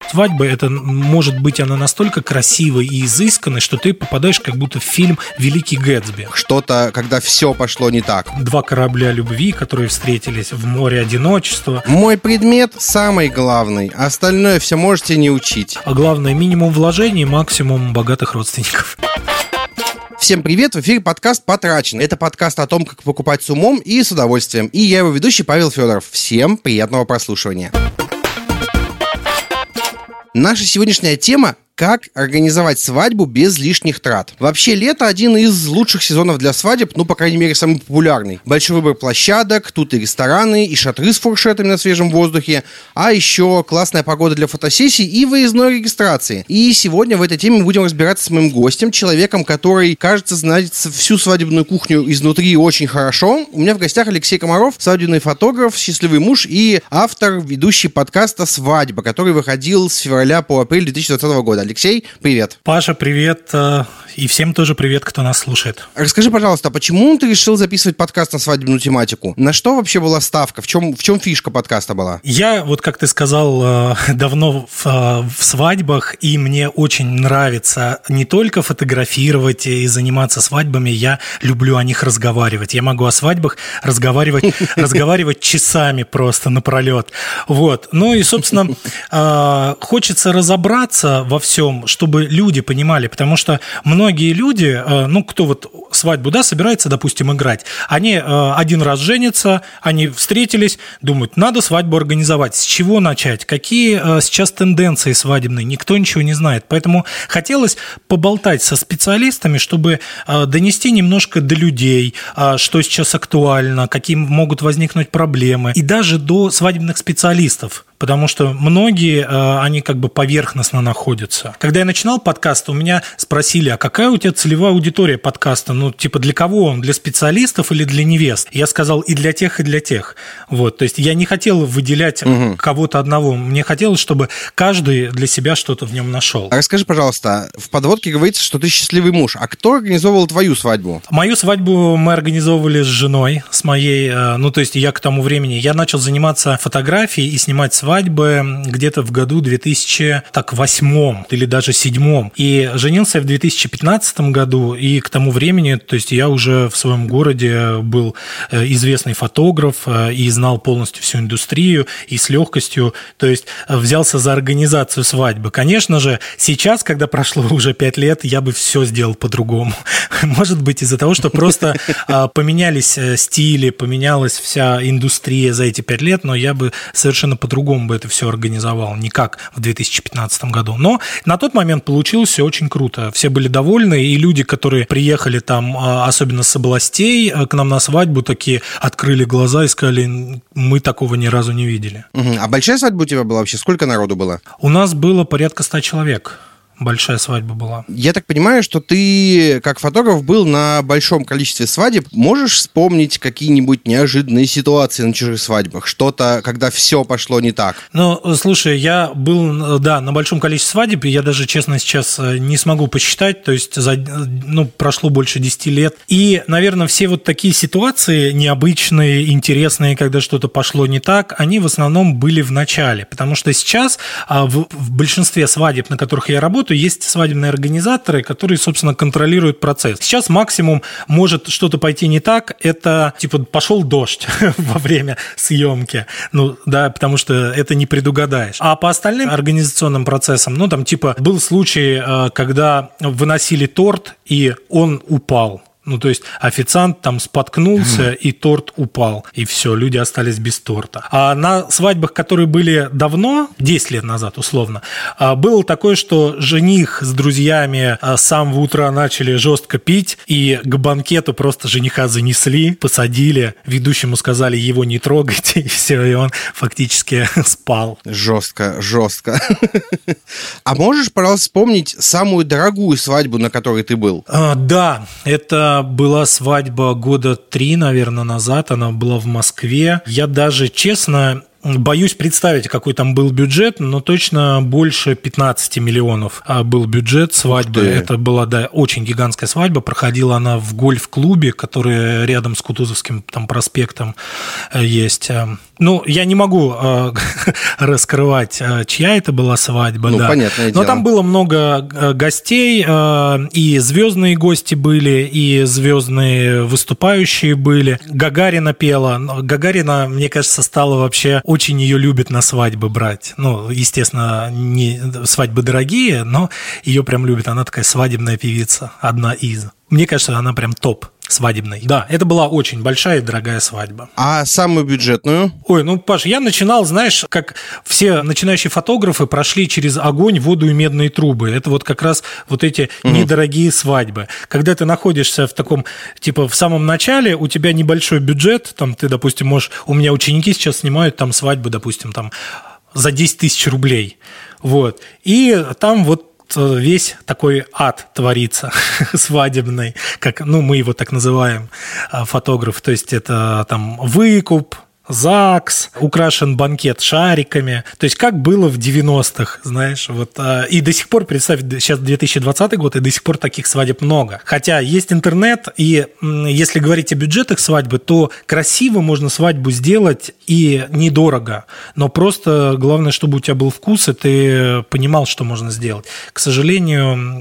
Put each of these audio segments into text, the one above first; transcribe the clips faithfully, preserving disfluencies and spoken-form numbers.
Свадьба, это может быть она настолько красивой и изысканной, что ты попадаешь как будто в фильм «Великий Гэтсби». Что-то, когда все пошло не так. Два корабля любви, которые встретились в море одиночества. Мой предмет самый главный, остальное все можете не учить. А главное, минимум вложений, максимум богатых родственников. Всем привет, в эфире подкаст «Потрачено». Это подкаст о том, как покупать с умом и с удовольствием. И я его ведущий Павел Федоров. Всем приятного прослушивания. Наша сегодняшняя тема – как организовать свадьбу без лишних трат. Вообще, лето один из лучших сезонов для свадеб, ну, по крайней мере, самый популярный. Большой выбор площадок, тут и рестораны, и шатры с фуршетами на свежем воздухе, а еще классная погода для фотосессий и выездной регистрации. И сегодня в этой теме мы будем разбираться с моим гостем, человеком, который, кажется, знает всю свадебную кухню изнутри очень хорошо. У меня в гостях Алексей Комаров, свадебный фотограф, счастливый муж и автор, ведущий подкаста «Свадьба», который выходил с февраля по апрель две тысячи двадцатого года. Алексей, привет. Паша, привет. И всем тоже привет, кто нас слушает. Расскажи, пожалуйста, почему ты решил записывать подкаст на свадебную тематику? На что вообще была ставка? В чем, в чем фишка подкаста была? Я, вот как ты сказал, давно в, в свадьбах, и мне очень нравится не только фотографировать и заниматься свадьбами, я люблю о них разговаривать. Я могу о свадьбах разговаривать, разговаривать часами просто напролет. Вот. Ну и, собственно, хочется разобраться во всем, чтобы люди понимали, потому что многие люди, ну, кто вот свадьбу, да, собирается, допустим, играть, они один раз женятся, они встретились, думают, надо свадьбу организовать. С чего начать? Какие сейчас тенденции свадебные? Никто ничего не знает. Поэтому хотелось поболтать со специалистами, чтобы донести немножко до людей, что сейчас актуально, какие могут возникнуть проблемы, и даже до свадебных специалистов. Потому что многие, они как бы поверхностно находятся. Когда я начинал подкаст, у меня спросили, а какая у тебя целевая аудитория подкаста? Ну, типа, для кого он? Для специалистов или для невест? Я сказал, и для тех, и для тех. Вот, то есть я не хотел выделять угу. кого-то одного. Мне хотелось, чтобы каждый для себя что-то в нем нашел. А расскажи, пожалуйста, в подводке говорится, что ты счастливый муж. А кто организовывал твою свадьбу? Мою свадьбу мы организовывали с женой, с моей. Ну, то есть я к тому времени, я начал заниматься фотографией и снимать свадьбы свадьбы где-то в году две тысячи восьмом или даже седьмом. И женился я в две тысячи пятнадцатом году, и к тому времени, то есть я уже в своем городе был известный фотограф и знал полностью всю индустрию, и с легкостью, то есть взялся за организацию свадьбы. Конечно же, сейчас, когда прошло уже пять лет, я бы все сделал по-другому. Может быть, из-за того, что просто поменялись стили, поменялась вся индустрия за эти пять лет, но я бы совершенно по-другому бы это все организовал, не как в две тысячи пятнадцатом году. Но на тот момент получилось все очень круто. Все были довольны, и люди, которые приехали там, особенно с областей, к нам на свадьбу, такие открыли глаза и сказали, мы такого ни разу не видели. Угу. А большая свадьба у тебя была вообще? Сколько народу было? У нас было порядка ста человек. Большая свадьба была. Я так понимаю, что ты, как фотограф, был на большом количестве свадеб. Можешь вспомнить какие-нибудь неожиданные ситуации на чужих свадьбах? Что-то, когда все пошло не так? Ну, слушай, я был, да, на большом количестве свадеб, и я даже, честно, сейчас не смогу посчитать, то есть, за, ну, прошло больше десяти лет. И, наверное, все вот такие ситуации необычные, интересные, когда что-то пошло не так, они в основном были в начале, потому что сейчас в, в большинстве свадеб, на которых я работаю, есть свадебные организаторы, которые, собственно, контролируют процесс. Сейчас максимум может что-то пойти не так, это, типа, пошел дождь во время съемки, ну, да, потому что это не предугадаешь. А по остальным организационным процессам, ну, там, типа, был случай, когда выносили торт, и он упал. Ну, то есть официант там споткнулся, и торт упал, и все, люди остались без торта. А на свадьбах, которые были давно, десять лет назад условно, было такое, что жених с друзьями с самого утра начали жестко пить, и к банкету просто жениха занесли, посадили, ведущему сказали, его не трогайте, и все, и он фактически спал. Жестко, жестко. А можешь, пожалуйста, вспомнить самую дорогую свадьбу, на которой ты был? А, да, это была свадьба года три, наверное, назад. Она была в Москве. Я даже, честно, боюсь представить, какой там был бюджет, но точно больше пятнадцать миллионов был бюджет свадьбы. Это была, да, очень гигантская свадьба. Проходила она в гольф-клубе, который рядом с Кутузовским там проспектом есть. Ну, я не могу э, раскрывать, чья это была свадьба. Ну, да. понятное Но дело. там было много гостей, э, и звездные гости были, и звездные выступающие были. Гагарина пела. Гагарина, мне кажется, стала вообще... Очень ее любят на свадьбы брать. Ну, естественно, не свадьбы дорогие, но ее прям любят. Она такая свадебная певица, одна из. Мне кажется, она прям топ свадебной. Да, это была очень большая и дорогая свадьба. А самую бюджетную? Ой, ну, Паш, я начинал, знаешь, как все начинающие фотографы прошли через огонь, воду и медные трубы. Это вот как раз вот эти угу. недорогие свадьбы. Когда ты находишься в таком, типа, в самом начале, у тебя небольшой бюджет, там ты, допустим, можешь... У меня ученики сейчас снимают там свадьбы, допустим, там за десять тысяч рублей. Вот. И там вот весь такой ад творится свадебный, как, ну, мы его так называем, фотограф. То есть это там выкуп, ЗАГС, украшен банкет шариками. То есть как было в девяностых, знаешь. Вот. И до сих пор, представь, сейчас две тысячи двадцатый год, и до сих пор таких свадеб много. Хотя есть интернет, и если говорить о бюджетах свадьбы, то красиво можно свадьбу сделать и недорого. Но просто главное, чтобы у тебя был вкус, и ты понимал, что можно сделать. К сожалению,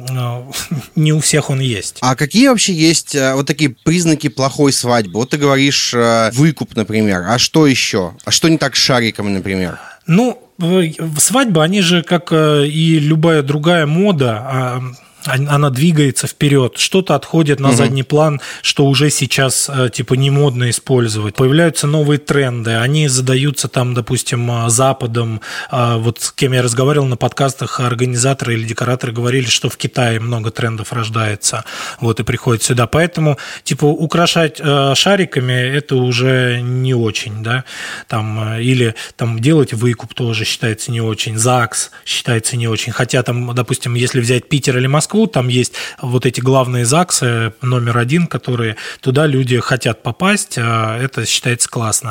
не у всех он есть. А какие вообще есть вот такие признаки плохой свадьбы? Вот ты говоришь выкуп, например. А что еще? А что не так с шариками, например? Ну, свадьба, они же, как и любая другая мода, она двигается вперед, что-то отходит на угу. задний план, что уже сейчас типа не модно использовать. Появляются новые тренды, они задаются там, допустим, Западом. Вот с кем я разговаривал на подкастах, организаторы или декораторы говорили, что в Китае много трендов рождается, вот, и приходят сюда. Поэтому, типа, украшать шариками это уже не очень, да, там, или там делать выкуп тоже считается не очень, ЗАГС считается не очень, хотя там, допустим, если взять Питер или Москву, там есть вот эти главные ЗАГСы номер один, которые туда люди хотят попасть, это считается классно.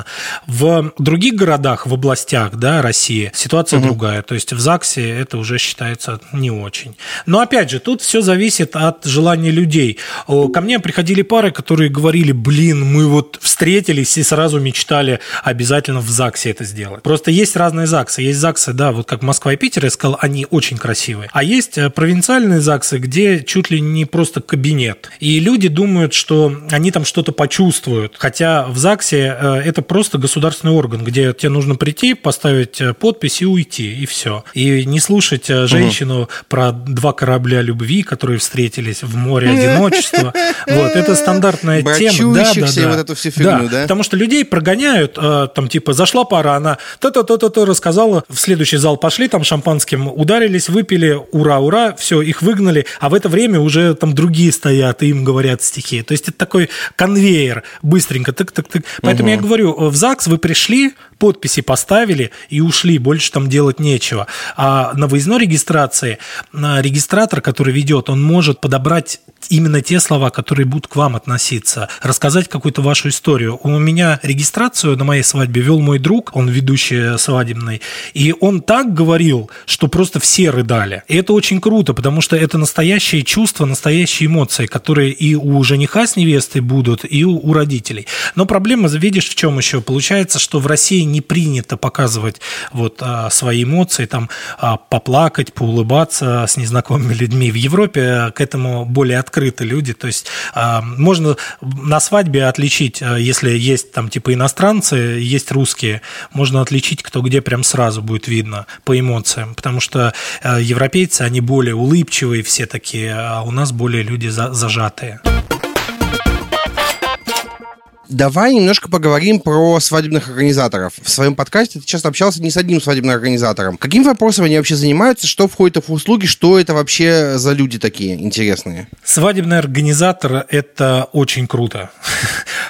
В других городах, в областях, да, России ситуация угу. другая, то есть в ЗАГСе это уже считается не очень. Но опять же, тут все зависит от желания людей. Ко мне приходили пары, которые говорили, блин, мы вот встретились и сразу мечтали обязательно в ЗАГСе это сделать. Просто есть разные ЗАГСы, есть ЗАГСы, да, вот как Москва и Питер, я сказал, они очень красивые, а есть провинциальные ЗАГСы, где чуть ли не просто кабинет. И люди думают, что они там что-то почувствуют. Хотя в ЗАГСе это просто государственный орган, где тебе нужно прийти, поставить подпись и уйти, и все. И не слушать женщину угу. про два корабля любви, которые встретились в море одиночества. Вот, это стандартная тема. Да, да, да. Вот эту всю фигню, да? Потому что людей прогоняют, там типа зашла пара, она то-то-то-то рассказала, в следующий зал пошли, там шампанским ударились, выпили, ура-ура, все, их выгнали, а в это время уже там другие стоят и им говорят стихи. То есть это такой конвейер, быстренько, тык-тык-тык. Поэтому угу. я говорю, в ЗАГС вы пришли, подписи поставили и ушли, больше там делать нечего. А на выездной регистрации регистратор, который ведет, он может подобрать именно те слова, которые будут к вам относиться, рассказать какую-то вашу историю. У меня регистрацию на моей свадьбе вел мой друг, он ведущий свадебный, и он так говорил, что просто все рыдали. И это очень круто, потому что это настоящие чувства, настоящие эмоции, которые и у жениха с невестой будут, и у, у родителей. Но проблема, видишь, в чем еще? Получается, что в России не принято показывать вот, а, свои эмоции, там, а, поплакать, поулыбаться с незнакомыми людьми. В Европе к этому более открыты люди. То есть а, можно на свадьбе отличить, если есть там типа иностранцы, есть русские, можно отличить, кто где прям сразу будет видно по эмоциям. Потому что а, европейцы, они более улыбчивые все такие, а у нас более люди за, зажатые. Давай немножко поговорим про свадебных организаторов. В своем подкасте ты часто общался не с одним свадебным организатором. Каким вопросом они вообще занимаются, что входит в услуги, что это вообще за люди такие интересные? Свадебный организатор – это очень круто.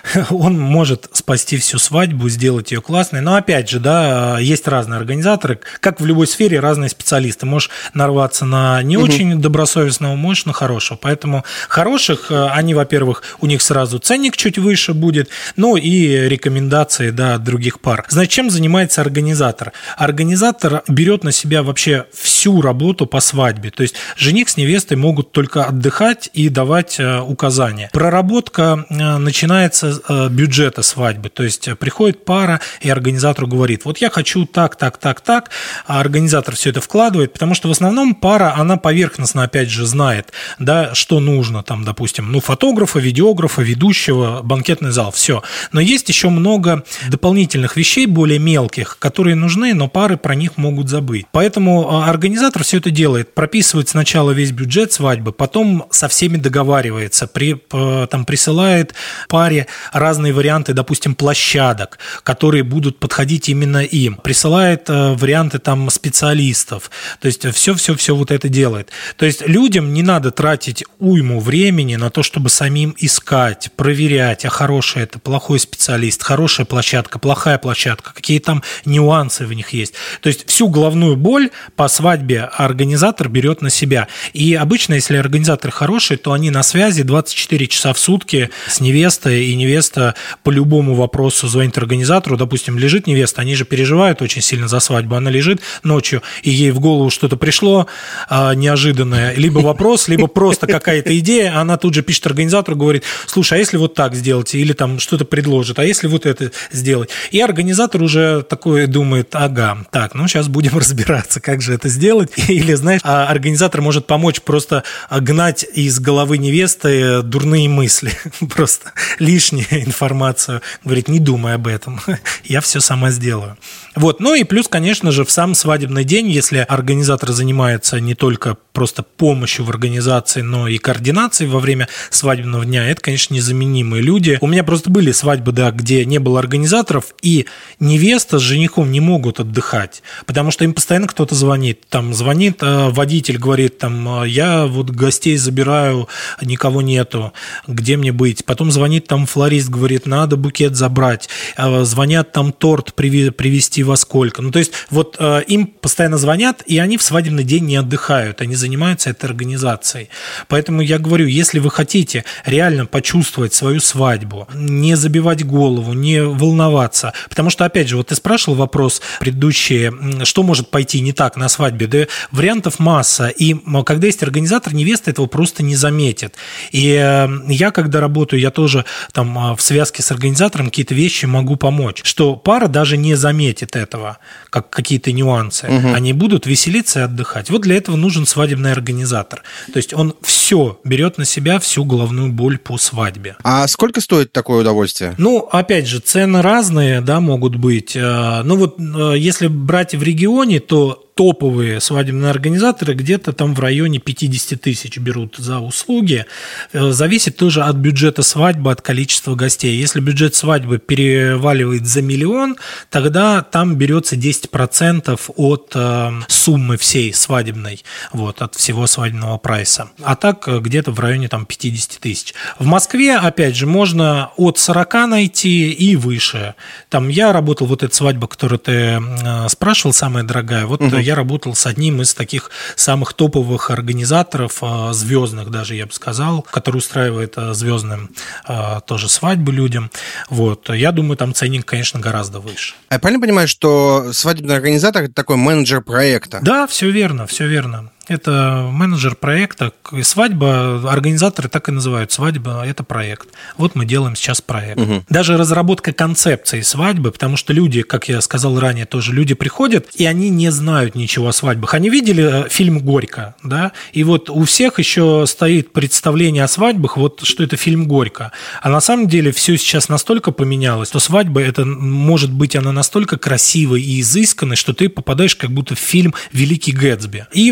он может спасти всю свадьбу, сделать ее классной. Но опять же, да, есть разные организаторы, как в любой сфере разные специалисты. Можешь нарваться на не угу. очень добросовестного, можешь на хорошего. Поэтому хороших, они, во-первых, у них сразу ценник чуть выше будет, ну и рекомендации, да, от других пар. Значит, чем занимается организатор? Организатор берет на себя вообще всю работу по свадьбе. То есть жених с невестой могут только отдыхать и давать указания. Проработка начинается с бюджета свадьбы. То есть приходит пара, и организатору говорит: вот я хочу так, так, так, так. А организатор все это вкладывает, потому что в основном пара, она поверхностно, опять же, знает, да, что нужно, там, допустим, ну, фотографа, видеографа, ведущего, банкетный зал, все. Но есть еще много дополнительных вещей, более мелких, которые нужны, но пары про них могут забыть. Поэтому организатор все это делает, прописывает сначала весь бюджет свадьбы, потом со всеми договаривается, при, там, присылает паре разные варианты, допустим, площадок, которые будут подходить именно им, присылает варианты там специалистов, то есть все-все-все вот это делает. То есть людям не надо тратить уйму времени на то, чтобы самим искать, проверять, а хороший это, плохой специалист, хорошая площадка, плохая площадка, какие там нюансы в них есть. То есть всю головную боль по свадьбе организатор берет на себя. И обычно, если организаторы хорошие, то они на связи двадцать четыре часа в сутки с невестой, и невеста по любому вопросу звонит организатору. Допустим, лежит невеста, они же переживают очень сильно за свадьбу, она лежит ночью, и ей в голову что-то пришло а, неожиданное, либо вопрос, либо просто какая-то идея, она тут же пишет организатору, говорит: слушай, а если вот так сделать, или там что-то предложит, а если вот это сделать? И организатор уже такой думает: ага, так, ну сейчас будем разбираться, как же это сделать. Или, знаешь, организатор может помочь просто гнать из головы невесты дурные мысли, просто лишнюю информацию. Говорит: не думай об этом, я все сама сделаю. Вот. Ну и плюс, конечно же, в сам свадебный день, если организатор занимается не только просто помощью в организации, но и координацией во время свадебного дня, это, конечно, незаменимые люди. У меня просто были свадьбы, да, где не было организаторов, и невеста с женихом не могут отдыхать, потому что им постоянно кто-то звонит. Там звонит водитель, говорит: там, я вот гостей забираю, никого нету, где мне быть? Потом звонит там флорист, говорит: надо букет забрать. Звонят там торт привезти во сколько. Ну, то есть вот им постоянно звонят, и они в свадебный день не отдыхают, они занимаются этой организацией. Поэтому я говорю, если вы хотите реально почувствовать свою свадьбу, не забивать голову, не волноваться, потому что, опять же, вот ты спрашивал вопрос предыдущий, что может пойти не так на свадьбе, да вариантов масса, и когда есть организатор, невеста этого просто не заметит. И я, когда работаю, я тоже там в связке с организатором какие-то вещи могу помочь, что пара даже не заметит этого, как какие-то нюансы. Угу. Они будут веселиться и отдыхать. Вот для этого нужен свадебный организатор. То есть он все берет на себя, всю головную боль по свадьбе. А сколько стоит такое удовольствие? Ну, опять же, цены разные, да, могут быть. Ну вот, если брать в регионе, то топовые свадебные организаторы где-то там в районе пятьдесят тысяч берут за услуги. Зависит тоже от бюджета свадьбы, от количества гостей. Если бюджет свадьбы переваливает за миллион, тогда там берется десять процентов от э, суммы всей свадебной, вот, от всего свадебного прайса. А так где-то в районе там пятьдесят тысяч. В Москве, опять же, можно от сорока найти и выше. Там я работал, вот эта свадьба, которую ты э, спрашивал, самая дорогая, вот угу. Я работал с одним из таких самых топовых организаторов, звездных даже, я бы сказал, который устраивает звездным тоже свадьбы людям. Вот. Я думаю, там ценник, конечно, гораздо выше. А я правильно понимаю, что свадебный организатор – это такой менеджер проекта? Да, все верно, все верно. Это менеджер проекта. Свадьба, организаторы так и называют. Свадьба – это проект. Вот мы делаем сейчас проект. Угу. Даже разработка концепции свадьбы, потому что люди, как я сказал ранее, тоже люди приходят, и они не знают ничего о свадьбах. Они видели фильм «Горько», да, и вот у всех еще стоит представление о свадьбах, вот что это фильм «Горько». А на самом деле все сейчас настолько поменялось, что свадьба – это, может быть, она настолько красивой и изысканной, что ты попадаешь как будто в фильм «Великий Гэтсби». И вот эти все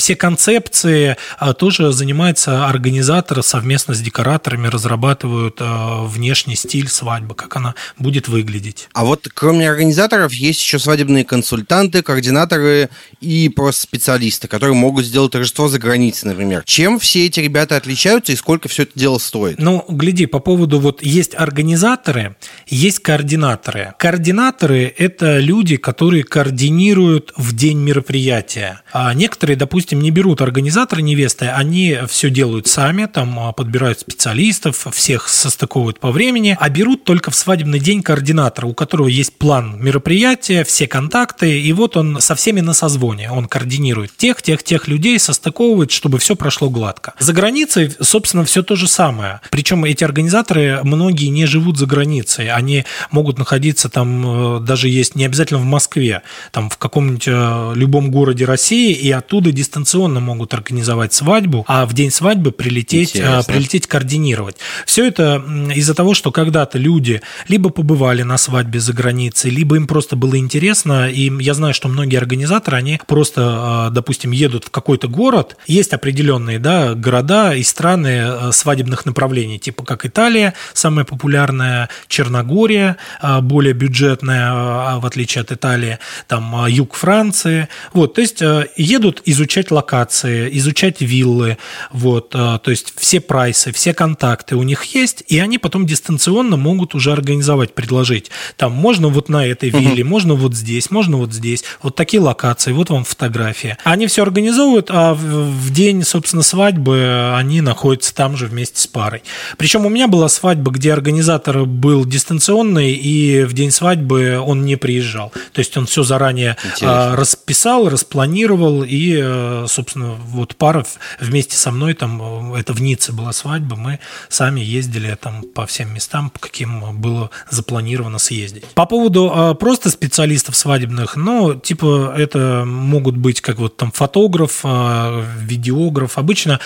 все концепции тоже занимается организатор совместно с декораторами, разрабатывают внешний стиль свадьбы, как она будет выглядеть. А вот кроме организаторов есть еще свадебные консультанты, координаторы и просто специалисты, которые могут сделать торжество за границей, например. Чем все эти ребята отличаются и сколько все это дело стоит? Ну, гляди, по поводу вот есть организаторы, есть координаторы. Координаторы – это люди, которые координируют в день мероприятия. А некоторые, допустим, не берут организатора невесты, они все делают сами, там подбирают специалистов, всех состыковывают по времени, а берут только в свадебный день координатора, у которого есть план мероприятия, все контакты, и вот он со всеми на созвоне. Он координирует тех, тех, тех людей, состыковывает, чтобы все прошло гладко. За границей, собственно, все то же самое. Причем эти организаторы, многие не живут за границей, они могут находиться там, даже есть не обязательно в Москве, там в каком-нибудь любом городе России, и оттуда дистанционно могут организовать свадьбу, а в день свадьбы прилететь, прилететь координировать. Все это из-за того, что когда-то люди либо побывали на свадьбе за границей, либо им просто было интересно, и я знаю, что многие организаторы, они просто, допустим, едут в какой-то город, есть определенные, да, города и страны свадебных направлений, типа как Италия, самая популярная, Черногория, более бюджетная, в отличие от Италии, там юг Франции, вот, то есть едут изучать локации, изучать виллы, вот, то есть все прайсы, все контакты у них есть, и они потом дистанционно могут уже организовать, предложить, там можно вот на этой вилле, uh-huh. можно вот здесь, можно вот здесь, вот такие локации, вот вам фотографии. Они все организовывают, а в день, собственно, свадьбы они находятся там же вместе с парой. Причем у меня была свадьба, где организатор был дистанционный, и в день свадьбы он не приезжал. То есть он все заранее Интересно. расписал, распланировал, и, собственно, вот пара вместе со мной, там, это в Ницце была свадьба, мы сами ездили там по всем местам, по каким было запланировано съездить. По поводу просто специалистов свадебных, ну, типа, это могут быть как вот там фотограф, видеограф. Обычно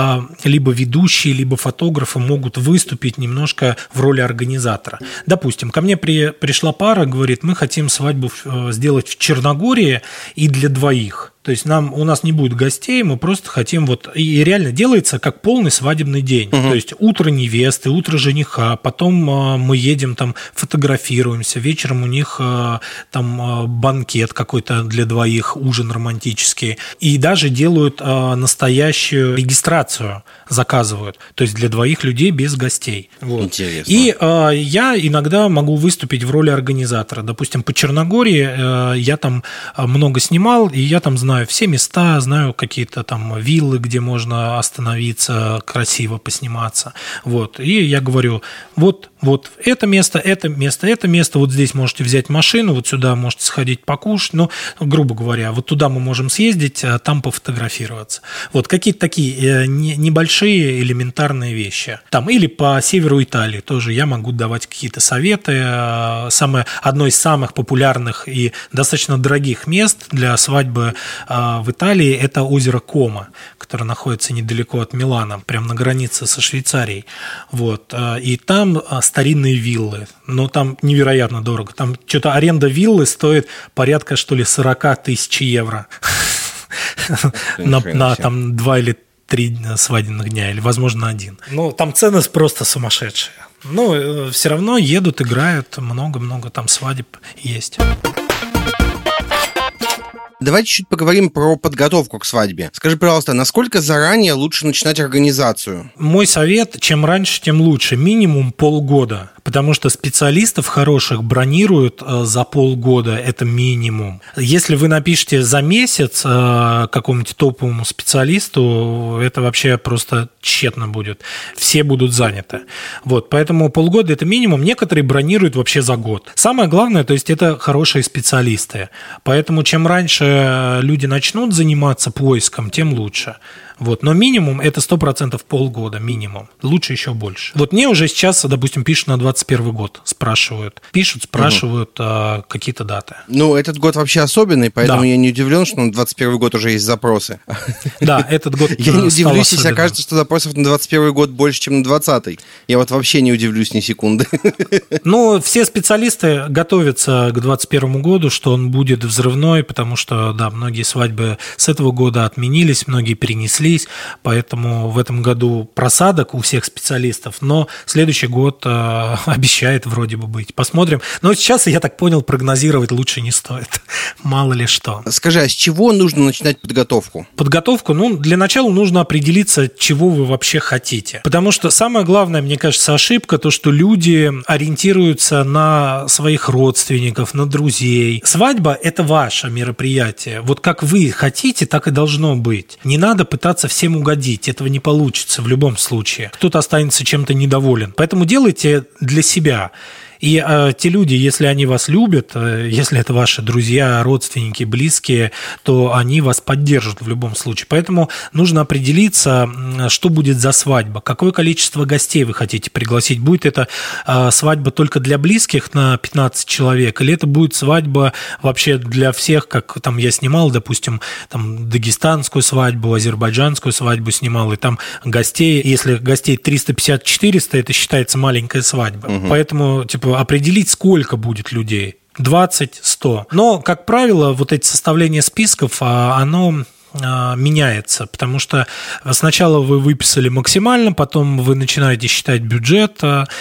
либо ведущие, либо фотографы могут выступить немножко в роли организатора. Допустим, ко мне при, пришла пара, говорит, мы хотим свадьбу сделать в Черногории и для двоих. То есть нам, у нас не будет гостей, мы просто хотим вот... И реально делается как полный свадебный день. Угу. То есть утро невесты, утро жениха, потом а, мы едем там, фотографируемся, вечером у них а, там а, банкет какой-то для двоих, ужин романтический. И даже делают а, настоящую регистрацию, заказывают. То есть для двоих людей без гостей. Вот. Интересно. И а, я иногда могу выступить в роли организатора. Допустим, по Черногории а, я там много снимал, и я там знаю знаю все места, знаю какие-то там виллы, где можно остановиться, красиво посниматься. Вот. И я говорю, вот, вот это место, это место, это место, вот здесь можете взять машину, вот сюда можете сходить покушать, ну, грубо говоря, вот туда мы можем съездить, а там пофотографироваться. Вот какие-то такие небольшие элементарные вещи. Там, или по северу Италии тоже я могу давать какие-то советы. Самое, одно из самых популярных и достаточно дорогих мест для свадьбы в Италии – это озеро Кома, которое находится недалеко от Милана, прямо на границе со Швейцарией. Вот. И там старинные виллы, но там невероятно дорого. Там что-то аренда виллы стоит порядка, что ли, сорок тысяч евро на, на там два или три свадебных дня, или, возможно, один. Ну, там цены просто сумасшедшие. Но все равно едут, играют, много-много там свадеб есть. Давайте чуть поговорим про подготовку к свадьбе. Скажи, пожалуйста, насколько заранее лучше начинать организацию? Мой совет, чем раньше, тем лучше. Минимум полгода. Потому что специалистов хороших бронируют за полгода, это минимум. Если вы напишете за месяц какому-нибудь топовому специалисту, это вообще просто тщетно будет. Все будут заняты. Вот, поэтому полгода – это минимум. Некоторые бронируют вообще за год. Самое главное, то есть это хорошие специалисты. Поэтому чем раньше люди начнут заниматься поиском, тем лучше. Вот. Но минимум это сто процентов полгода, минимум. Лучше еще больше. Вот мне уже сейчас, допустим, пишут на двадцать двадцать первый год спрашивают. Пишут, спрашивают угу. какие-то даты. Ну, этот год вообще особенный, поэтому да. я не удивлен, что на двадцать первый год уже есть запросы. Да, этот год Я не удивлюсь, если окажется, что запросов на двадцать первый год больше, чем на двадцатый. Я вот вообще не удивлюсь ни секунды. Ну, все специалисты готовятся к двадцать первому году, что он будет взрывной, потому что, да, многие свадьбы с этого года отменились, многие перенеслись, поэтому в этом году просадок у всех специалистов, но следующий год э, обещает вроде бы быть. Посмотрим. Но сейчас, я так понял, прогнозировать лучше не стоит. Мало ли что. Скажи, а с чего нужно начинать подготовку? Подготовку, ну, для начала нужно определиться, чего вы вообще хотите. Потому что самое главное, мне кажется, ошибка, то, что люди ориентируются на своих родственников, на друзей. Свадьба – это ваше мероприятие. Вот как вы хотите, так и должно быть. Не надо пытаться всем угодить. Этого не получится в любом случае. Кто-то останется чем-то недоволен. Поэтому делайте для себя. И э, те люди, если они вас любят, э, если это ваши друзья, родственники, близкие, то они вас поддержат в любом случае. Поэтому нужно определиться, что будет за свадьба, какое количество гостей вы хотите пригласить. Будет это э, свадьба только для близких на пятнадцать человек, или это будет свадьба вообще для всех, как там я снимал, допустим, там дагестанскую свадьбу, азербайджанскую свадьбу снимал, и там гостей, если гостей триста пятьдесят - четыреста, это считается маленькая свадьба. Угу. Поэтому, типа, определить, сколько будет людей. двадцать - сто. Но, как правило, вот эти составления списков, оно меняется, потому что сначала вы выписали максимально, потом вы начинаете считать бюджет,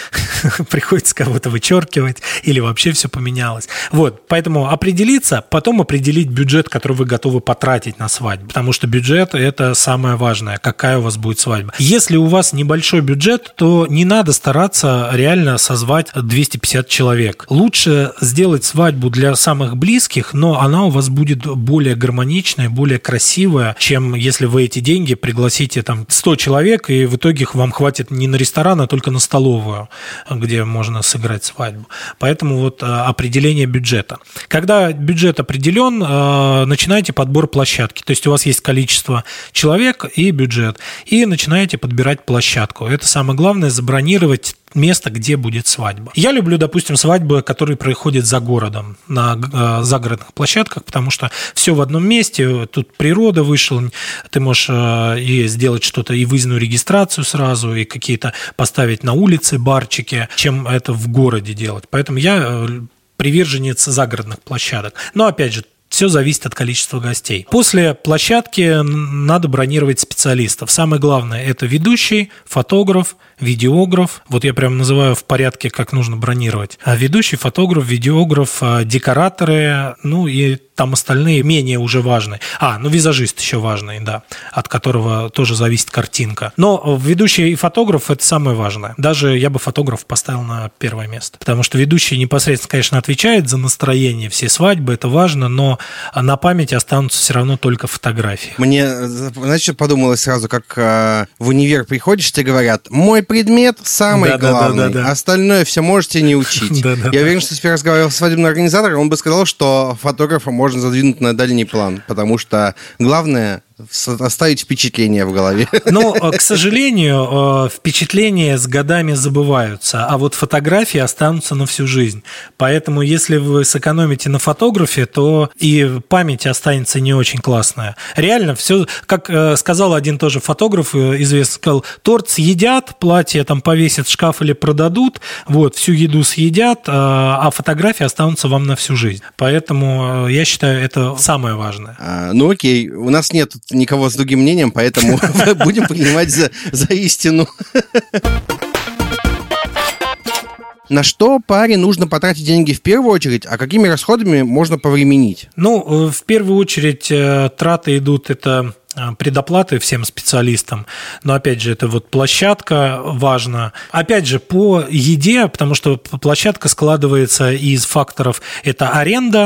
приходится кого-то вычеркивать, или вообще все поменялось. Вот, поэтому определиться, потом определить бюджет, который вы готовы потратить на свадьбу, потому что бюджет – это самое важное, какая у вас будет свадьба. Если у вас небольшой бюджет, то не надо стараться реально созвать двести пятьдесят человек. Лучше сделать свадьбу для самых близких, но она у вас будет более гармоничная, более красивая, чем если вы эти деньги пригласите там сто человек, и в итоге вам хватит не на ресторан, а только на столовую, где можно сыграть свадьбу. Поэтому вот определение бюджета. Когда бюджет определен, начинайте подбор площадки. То есть у вас есть количество человек и бюджет, и начинаете подбирать площадку. Это самое главное, забронировать место, где будет свадьба. Я люблю, допустим, свадьбы, которые происходят за городом, на э, загородных площадках, потому что все в одном месте, тут природа вышла, ты можешь э, и сделать что-то, и выездную регистрацию сразу, и какие-то поставить на улице барчики, чем это в городе делать. Поэтому я э, приверженец загородных площадок. Но, опять же, все зависит от количества гостей. После площадки надо бронировать специалистов. Самое главное – это ведущий, фотограф, видеограф. Вот я прям называю в порядке, как нужно бронировать. А ведущий, фотограф, видеограф, декораторы, ну и там остальные менее уже важные. А, ну визажист еще важный, да, от которого тоже зависит картинка. Но ведущий и фотограф – это самое важное. Даже я бы фотограф поставил на первое место. Потому что ведущий непосредственно, конечно, отвечает за настроение всей свадьбы, это важно, но на памяти останутся все равно только фотографии. Мне, знаете, что подумалось сразу, как э, в универ приходишь, тебе говорят, мой предмет самый да, главный, да, да, да, да. Остальное все можете не учить. Да, да, Я уверен, что если бы я разговаривал с свадебным организатором, он бы сказал, что фотографа можно задвинуть на дальний план, потому что главное оставить впечатление в голове. Но, к сожалению, впечатления с годами забываются, а вот фотографии останутся на всю жизнь. Поэтому, если вы сэкономите на фотографе, то и память останется не очень классная. Реально, все, как сказал один тоже фотограф известный, сказал, торт съедят, платье там повесят в шкаф или продадут, вот, всю еду съедят, а фотографии останутся вам на всю жизнь. Поэтому я считаю, это самое важное. А, ну окей, у нас нет никого с другим мнением, поэтому будем принимать за, за истину. На что паре нужно потратить деньги в первую очередь, а какими расходами можно повременить? Ну, в первую очередь траты идут, это предоплаты всем специалистам, но, опять же, это вот площадка важна. Опять же, по еде, потому что площадка складывается из факторов, это аренда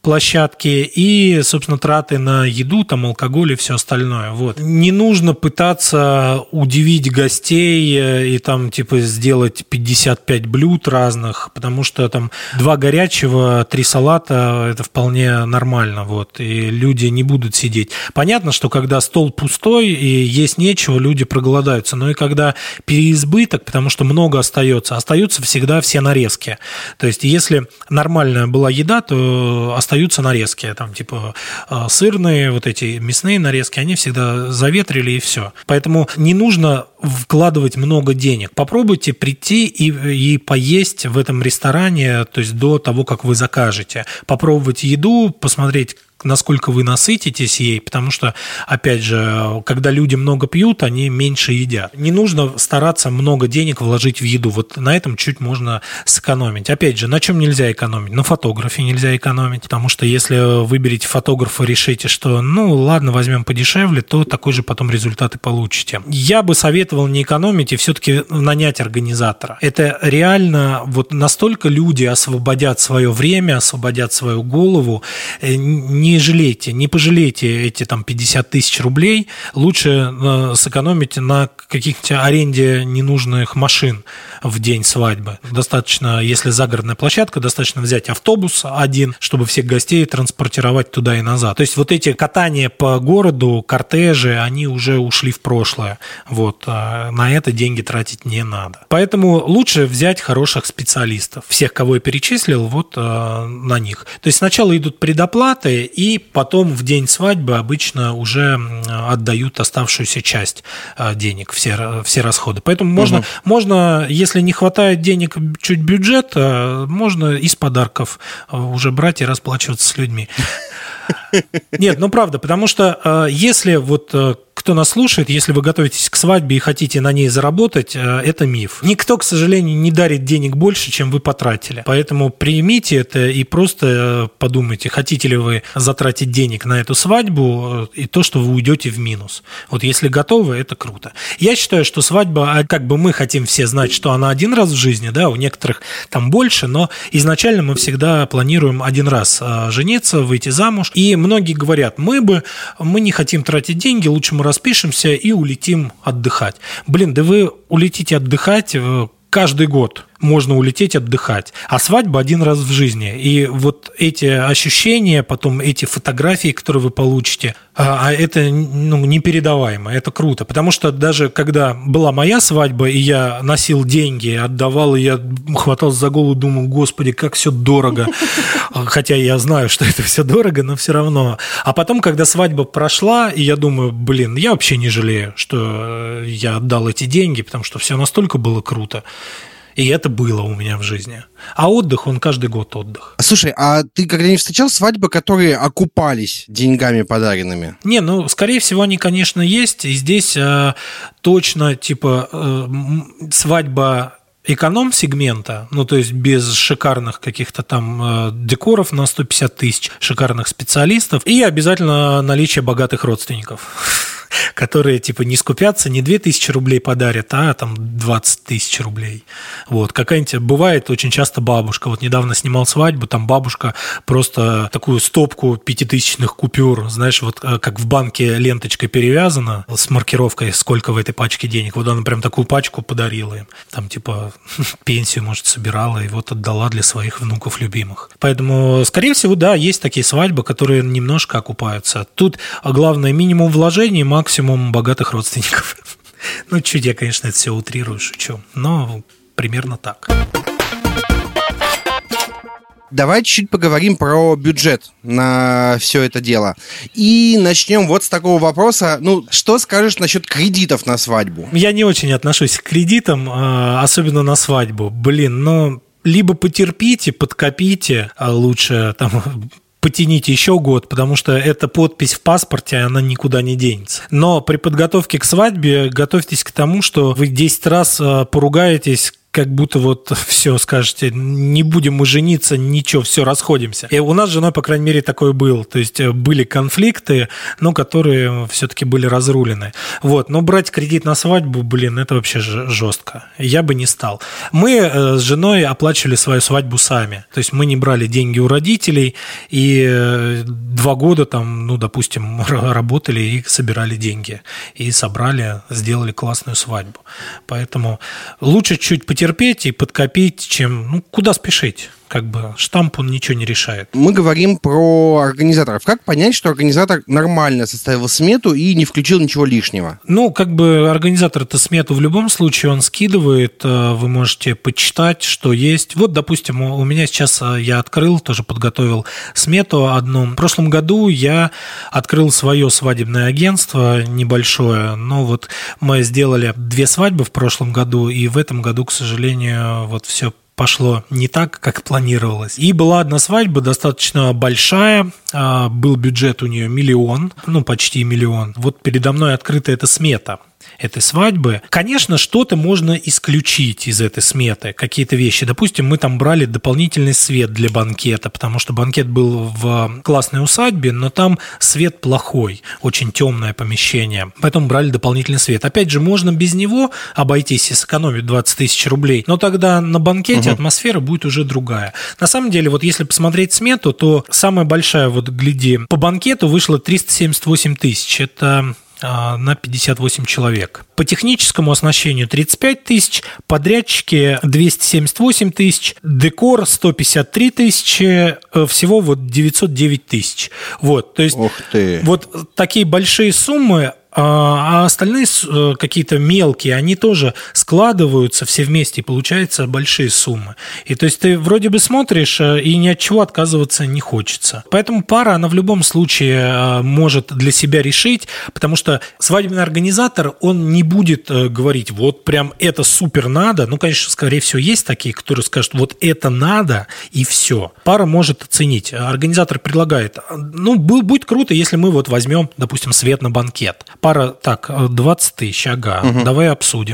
площадки и, собственно, траты на еду, там, алкоголь и все остальное. Вот. Не нужно пытаться удивить гостей и там, типа, сделать пятьдесят пять блюд разных, потому что там два горячего, три салата – это вполне нормально, вот, и люди не будут сидеть. Понятно, что когда стол пустой и есть нечего, люди проголодаются, но и когда переизбыток, потому что много остается, остаются всегда все нарезки. То есть, если нормальная была еда, то остаются нарезки, там, типа, сырные, вот эти мясные нарезки, они всегда заветрили и все. Поэтому не нужно вкладывать много денег. Попробуйте прийти и, и поесть в этом ресторане, то есть до того, как вы закажете. Попробовать еду, посмотреть, насколько вы насытитесь ей, потому что, опять же, когда люди много пьют, они меньше едят. Не нужно стараться много денег вложить в еду. Вот на этом чуть можно сэкономить. Опять же, на чем нельзя экономить? На фотографии нельзя экономить, потому что если выберете фотографа и решите, что, ну, ладно, возьмем подешевле, то такой же потом результат и получите. Я бы советовал не экономить и все-таки нанять организатора. Это реально, вот настолько люди освободят свое время, освободят свою голову, не Не жалейте, не пожалейте эти там пятьдесят тысяч рублей, лучше э, сэкономите на каких-то аренде ненужных машин в день свадьбы. Достаточно, если загородная площадка, достаточно взять автобус один, чтобы всех гостей транспортировать туда и назад. То есть вот эти катания по городу, кортежи, они уже ушли в прошлое. Вот, а на это деньги тратить не надо. Поэтому лучше взять хороших специалистов. Всех, кого я перечислил, вот э, на них. То есть сначала идут предоплаты, и потом в день свадьбы обычно уже отдают оставшуюся часть денег, все, все расходы. Поэтому можно, угу. можно, если не хватает денег, чуть бюджета, можно из подарков уже брать и расплачиваться с людьми. Нет, ну правда, потому что если вот... Кто нас слушает, если вы готовитесь к свадьбе и хотите на ней заработать, это миф. Никто, к сожалению, не дарит денег больше, чем вы потратили. Поэтому примите это и просто подумайте, хотите ли вы затратить денег на эту свадьбу и то, что вы уйдете в минус. Вот если готовы, это круто. Я считаю, что свадьба, как бы мы хотим все знать, что она один раз в жизни, да, у некоторых там больше, но изначально мы всегда планируем один раз жениться, выйти замуж. И многие говорят, мы бы, мы не хотим тратить деньги, лучше мы распишемся и улетим отдыхать. Блин, да вы улетите отдыхать каждый год. Можно улететь отдыхать. А свадьба один раз в жизни. И вот эти ощущения, потом эти фотографии, которые вы получите, а это ну, непередаваемо, это круто. Потому что даже когда была моя свадьба, и я носил деньги, отдавал, и я хватался за голову, думал, господи, как все дорого. Хотя я знаю, что это все дорого, но все равно. А потом, когда свадьба прошла, и я думаю, блин, я вообще не жалею, что я отдал эти деньги, потому что все настолько было круто. И это было у меня в жизни. А отдых, он каждый год отдых. Слушай, а ты когда-нибудь встречал свадьбы, которые окупались деньгами подаренными? Не, ну, скорее всего, они, конечно, есть. И здесь э, точно, типа, э, свадьба эконом-сегмента, ну, то есть без шикарных каких-то там э, декоров на сто пятьдесят тысяч, шикарных специалистов и обязательно наличие богатых родственников, которые, типа, не скупятся, не две тысячи рублей подарят, а там двадцать тысяч рублей. Вот. Какая-нибудь бывает очень часто бабушка. Вот недавно снимал свадьбу, там бабушка просто такую стопку пятитысячных купюр, знаешь, вот как в банке ленточкой перевязана с маркировкой, сколько в этой пачке денег. Вот она прям такую пачку подарила им. Там, типа, пенсию, может, собирала и вот отдала для своих внуков любимых. Поэтому, скорее всего, да, есть такие свадьбы, которые немножко окупаются. Тут главное минимум вложений, максимум богатых родственников. Ну, чуть я, конечно, это все утрирую, шучу, но примерно так. Давай чуть-чуть поговорим про бюджет на все это дело. И начнем вот с такого вопроса. Ну, что скажешь насчет кредитов на свадьбу? Я не очень отношусь к кредитам, особенно на свадьбу. Блин, ну, либо потерпите, подкопите, а лучше там... потяните еще год, потому что эта подпись в паспорте, она никуда не денется. Но при подготовке к свадьбе готовьтесь к тому, что вы десять раз поругаетесь, как будто вот все, скажете, не будем мы жениться, ничего, все, расходимся. И у нас с женой, по крайней мере, такое было. То есть были конфликты, но которые все-таки были разрулены. Вот. Но брать кредит на свадьбу, блин, это вообще жестко. Я бы не стал. Мы с женой оплачивали свою свадьбу сами. То есть мы не брали деньги у родителей, и два года там, ну, допустим, работали и собирали деньги. И собрали, сделали классную свадьбу. Поэтому лучше чуть потерпеть, терпеть и подкопить, чем, ну, куда спешить? Как бы штамп, он ничего не решает. Мы говорим про организаторов. Как понять, что организатор нормально составил смету и не включил ничего лишнего? Ну, как бы организатор-то смету в любом случае он скидывает, вы можете почитать, что есть. Вот, допустим, у меня сейчас, я открыл, тоже подготовил смету одну. В прошлом году я открыл свое свадебное агентство небольшое, но вот мы сделали две свадьбы в прошлом году, и в этом году, к сожалению, вот все пошло не так, как планировалось. И была одна свадьба достаточно большая, был бюджет у нее миллион, ну почти миллион. Вот передо мной открыта эта смета этой свадьбы. Конечно, что-то можно исключить из этой сметы, какие-то вещи. Допустим, мы там брали дополнительный свет для банкета, потому что банкет был в классной усадьбе, но там свет плохой, очень темное помещение, поэтому брали дополнительный свет. Опять же, можно без него обойтись и сэкономить двадцать тысяч рублей, но тогда на банкете угу. атмосфера будет уже другая. На самом деле, вот если посмотреть смету, то самая большая, вот гляди, по банкету вышло триста семьдесят восемь тысяч. Это на пятьдесят восемь человек. По техническому оснащению тридцать пять тысяч, подрядчики двести семьдесят восемь тысяч, декор сто пятьдесят три тысячи, всего вот девятьсот девять тысяч. Вот, то есть Ух ты. Вот такие большие суммы. А остальные какие-то мелкие, они тоже складываются все вместе, и получаются большие суммы. И то есть ты вроде бы смотришь, и ни от чего отказываться не хочется. Поэтому пара, она в любом случае может для себя решить, потому что свадебный организатор, он не будет говорить, вот прям это супер надо. Ну, конечно, скорее всего, есть такие, которые скажут, вот это надо, и все. Пара может оценить. Организатор предлагает, ну, будет круто, если мы вот возьмем, допустим, свет на банкет. Пара, так, двадцать тысяч, ага, угу. Давай обсудим,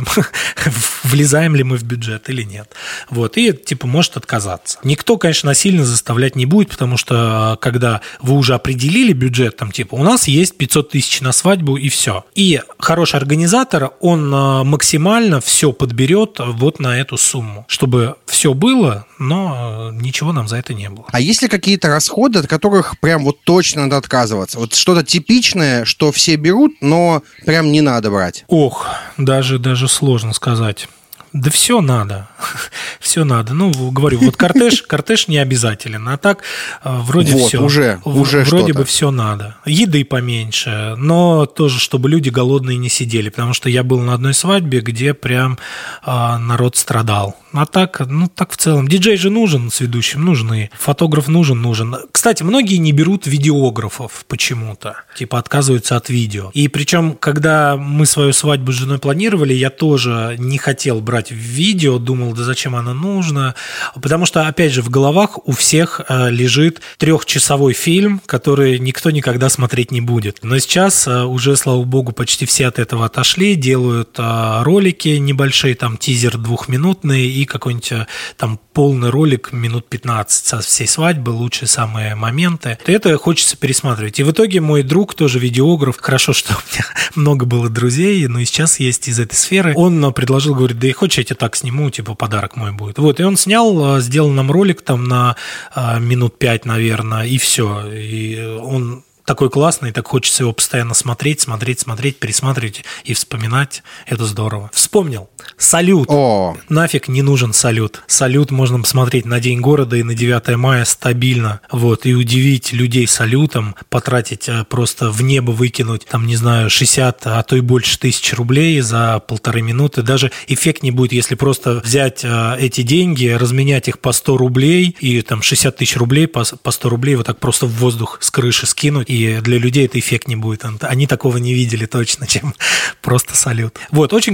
влезаем ли мы в бюджет или нет. Вот, и типа может отказаться. Никто, конечно, насильно заставлять не будет, потому что когда вы уже определили бюджет, там типа у нас есть пятьсот тысяч на свадьбу и все. И хороший организатор, он максимально все подберет вот на эту сумму, чтобы все было, но ничего нам за это не было. А есть ли какие-то расходы, от которых прям вот точно надо отказываться? Вот что-то типичное, что все берут, но но прям не надо брать. Ох, даже, даже сложно сказать. Да все надо, все надо. Ну, говорю, вот кортеж, кортеж не обязателен, а так вроде вот, все. уже, уже вроде что-то. бы все надо. Еды поменьше, но тоже, чтобы люди голодные не сидели, потому что я был на одной свадьбе, где прям а, народ страдал. А так, ну так в целом. Диджей же нужен с ведущим, нужны. Фотограф нужен, нужен. Кстати, многие не берут видеографов почему-то. Типа отказываются от видео. И причем, когда мы свою свадьбу с женой планировали, я тоже не хотел брать видео, думал, да зачем оно нужно. Потому что, опять же, в головах у всех лежит трехчасовой фильм, который никто никогда смотреть не будет. Но сейчас уже, слава богу, почти все от этого отошли, делают ролики небольшие, там тизер двухминутный и какой-нибудь там полный ролик минут пятнадцать со всей свадьбы, лучшие самые моменты. Это хочется пересматривать. И в итоге мой друг, тоже видеограф, хорошо, что у меня много было друзей, но и сейчас есть из этой сферы, он предложил, говорит, да и хочешь, я тебя так сниму, типа подарок мой будет. Вот, и он снял, сделал нам ролик там на минут пять, наверное, и все. И он такой классный, так хочется его постоянно смотреть, смотреть, смотреть, пересматривать и вспоминать. Это здорово. Вспомнил. Салют. О. Нафиг не нужен салют. Салют можно посмотреть на День города и на девятое мая стабильно. Вот, и удивить людей салютом, потратить просто в небо выкинуть, там, не знаю, шестьдесят, а то и больше тысяч рублей за полторы минуты. Даже эффект не будет, если просто взять эти деньги, разменять их по сто рублей и там шестьдесят тысяч рублей по сто рублей вот так просто в воздух с крыши скинуть. И для людей это эффект не будет. Они такого не видели точно, чем просто салют. Вот, очень круто смотрится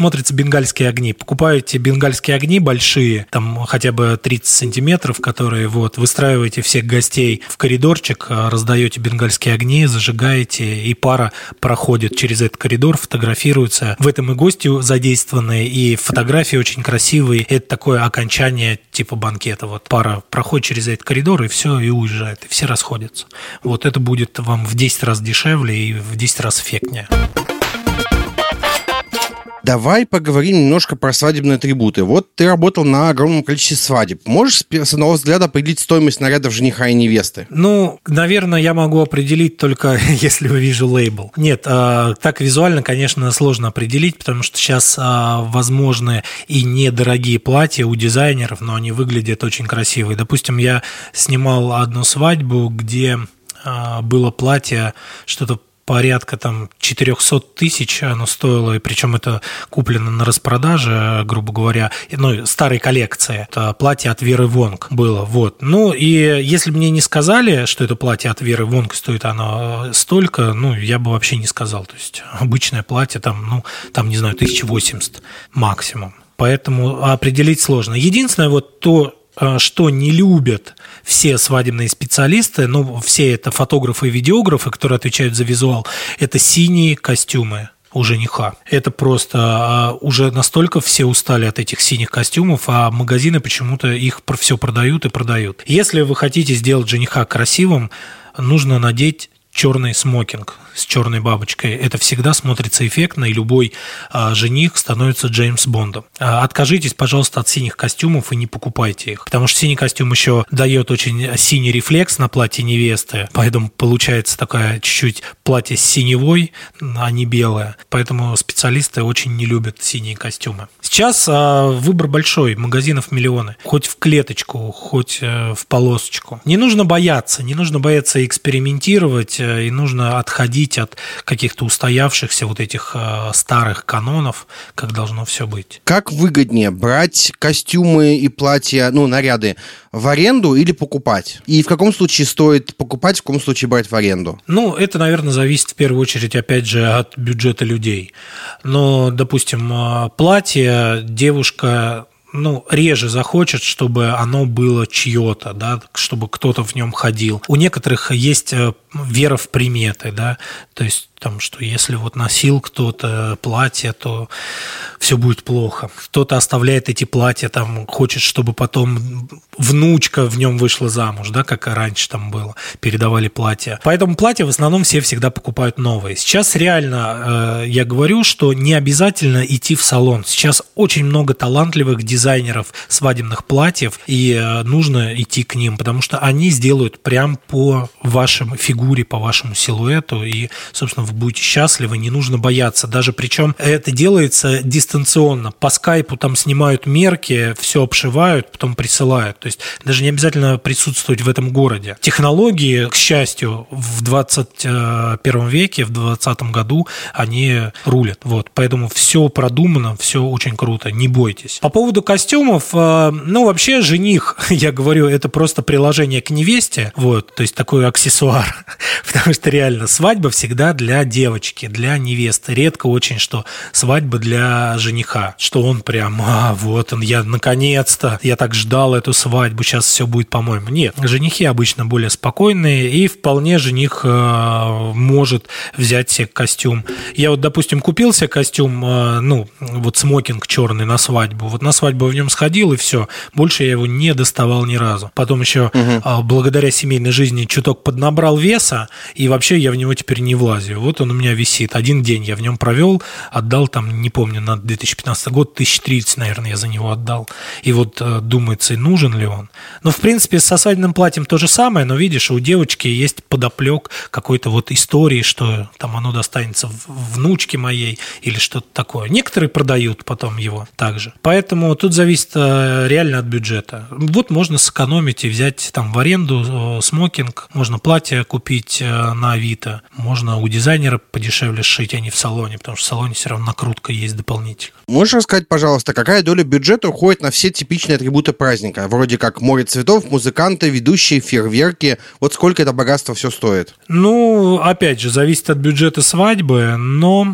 смотрятся бенгальские огни. Покупаете бенгальские огни большие, там хотя бы тридцать сантиметров, которые вот выстраиваете всех гостей в коридорчик, раздаете бенгальские огни, зажигаете, и пара проходит через этот коридор, фотографируется. В этом и гости задействованы, и фотографии очень красивые. Это такое окончание типа банкета. Вот пара проходит через этот коридор, и все, и уезжает, и все расходятся. Вот это будет вам в десять раз дешевле и в десять раз эффектнее. Давай поговорим немножко про свадебные атрибуты. Вот ты работал на огромном количестве свадеб. Можешь с одного взгляда определить стоимость нарядов жениха и невесты? Ну, наверное, я могу определить только если увижу лейбл. Нет, э, так визуально, конечно, сложно определить, потому что сейчас э, возможны и недорогие платья у дизайнеров, но они выглядят очень красиво. Допустим, я снимал одну свадьбу, где э, было платье что-то порядка там четыреста тысяч оно стоило, и причем это куплено на распродаже, грубо говоря, ну, старой коллекции. Это платье от Веры Вонг было, вот. Ну, и если бы мне не сказали, что это платье от Веры Вонг стоит оно столько, ну, я бы вообще не сказал. То есть обычное платье там, ну, там, не знаю, тысяча восемьдесят максимум. Поэтому определить сложно. Единственное, вот то, что не любят все свадебные специалисты, ну, все это фотографы и видеографы, которые отвечают за визуал, это синие костюмы у жениха. Это просто уже настолько все устали от этих синих костюмов, а магазины почему-то их все продают и продают. Если вы хотите сделать жениха красивым, нужно надеть черный смокинг с черной бабочкой. Это всегда смотрится эффектно, и любой а, жених становится Джеймс Бондом. А, откажитесь, пожалуйста, от синих костюмов и не покупайте их, потому что синий костюм еще дает очень синий рефлекс на платье невесты, поэтому получается такое чуть-чуть платье с синевой, а не белое. Поэтому специалисты очень не любят синие костюмы. Сейчас а, выбор большой, магазинов миллионы. Хоть в клеточку, хоть а, в полосочку. Не нужно бояться, не нужно бояться экспериментировать, и нужно отходить от каких-то устоявшихся вот этих э, старых канонов, как должно все быть. Как выгоднее брать костюмы и платья, ну, наряды в аренду или покупать? И в каком случае стоит покупать, в каком случае брать в аренду? Ну, это, наверное, зависит в первую очередь, опять же, от бюджета людей. Но, допустим, платье девушка... ну, реже захочет, чтобы оно было чье-то, да, чтобы кто-то в нем ходил. У некоторых есть вера в приметы, да, то есть там, что если вот носил кто-то платье, то все будет плохо. Кто-то оставляет эти платья, там, хочет, чтобы потом внучка в нем вышла замуж, да, как и раньше там было, передавали платья. Поэтому платья в основном все всегда покупают новые. Сейчас реально, э, я говорю, что не обязательно идти в салон. Сейчас очень много талантливых дизайнеров свадебных платьев, и э, нужно идти к ним, потому что они сделают прям по вашей фигуре, по вашему силуэту, и, собственно, вы будете счастливы, не нужно бояться. Даже причем это делается дистанционно. По скайпу там снимают мерки, все обшивают, потом присылают. То есть даже не обязательно присутствовать в этом городе. Технологии, к счастью, в двадцать первом веке, в двадцатом году они рулят. Вот. Поэтому все продумано, все очень круто, не бойтесь. По поводу костюмов, ну, вообще жених, я говорю, это просто приложение к невесте, вот, то есть такой аксессуар, потому что реально свадьба всегда для девочки, для невесты. Редко очень, что свадьба для жениха, что он прям, а, вот он, я наконец-то, я так ждал эту свадьбу, сейчас все будет, по-моему. Нет, женихи обычно более спокойные, и вполне жених э, может взять себе костюм. Я вот, допустим, купил себе костюм, э, ну, вот смокинг черный на свадьбу, вот на свадьбу в нем сходил, и все, больше я его не доставал ни разу. Потом еще, угу. э, благодаря семейной жизни, чуток поднабрал веса, и вообще я в него теперь не влазю. Вот он у меня висит. Один день я в нем провел, отдал там, не помню, на две тысячи пятнадцатый год, тысяч тридцать, наверное, я за него отдал. И вот э, думается, нужен ли он. Ну, в принципе, со свадебным платьем то же самое, но, видишь, у девочки есть подоплек какой-то вот истории, что там оно достанется внучке моей или что-то такое. Некоторые продают потом его также. Поэтому тут зависит э, реально от бюджета. Вот можно сэкономить и взять там в аренду э, смокинг, можно платье купить э, на Авито, можно у дизайнера подешевле сшить, а не в салоне, потому что в салоне все равно накрутка есть дополнительно. Можешь рассказать, пожалуйста, какая доля бюджета уходит на все типичные атрибуты праздника? Вроде как море цветов, музыканты, ведущие, фейерверки. Вот сколько это богатство все стоит? Ну, опять же, зависит от бюджета свадьбы, но